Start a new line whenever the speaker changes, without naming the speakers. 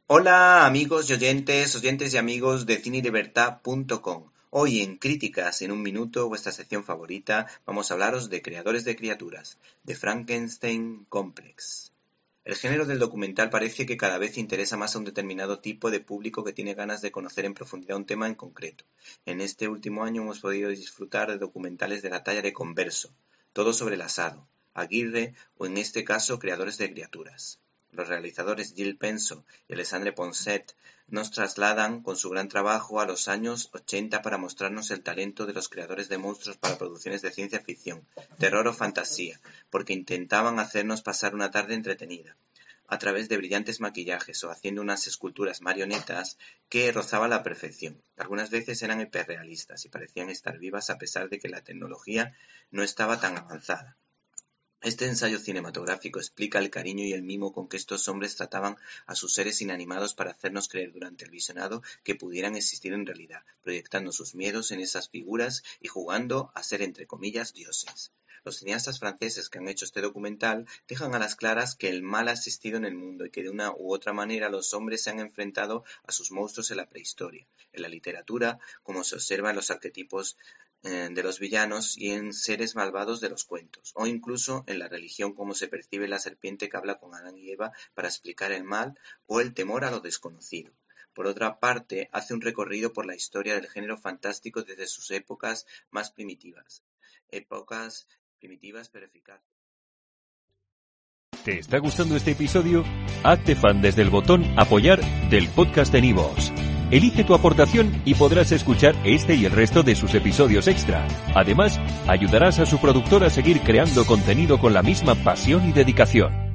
Hola amigos y oyentes y amigos de cinelibertad.com. Hoy en Críticas en un Minuto, vuestra sección favorita, vamos a hablaros de Creadores de Criaturas, de Frankenstein Complex. El género del documental parece que cada vez interesa más a un determinado tipo de público que tiene ganas de conocer en profundidad un tema en concreto. En este último año hemos podido disfrutar de documentales de la talla de Converso, Todo sobre el asado, Aguirre o en este caso Creadores de Criaturas. Los realizadores Gil Penso y Alessandre Ponset nos trasladan con su gran trabajo a los años 80 para mostrarnos el talento de los creadores de monstruos para producciones de ciencia ficción, terror o fantasía, porque intentaban hacernos pasar una tarde entretenida, a través de brillantes maquillajes o haciendo unas esculturas marionetas que rozaban la perfección. Algunas veces eran hiperrealistas y parecían estar vivas a pesar de que la tecnología no estaba tan avanzada. Este ensayo cinematográfico explica el cariño y el mimo con que estos hombres trataban a sus seres inanimados para hacernos creer durante el visionado que pudieran existir en realidad, proyectando sus miedos en esas figuras y jugando a ser entre comillas dioses. Los cineastas franceses que han hecho este documental dejan a las claras que el mal ha existido en el mundo y que de una u otra manera los hombres se han enfrentado a sus monstruos en la prehistoria, en la literatura, como se observa en los arquetipos de los villanos y en seres malvados de los cuentos, o incluso en la religión como se percibe la serpiente que habla con Adán y Eva para explicar el mal o el temor a lo desconocido. Por otra parte, hace un recorrido por la historia del género fantástico desde sus épocas más primitivas pero eficaces.
¿Te está gustando este episodio? Hazte fan desde el botón Apoyar del podcast de Nivos. Elige tu aportación y podrás escuchar este y el resto de sus episodios extra. Además, ayudarás a su productor a seguir creando contenido con la misma pasión y dedicación.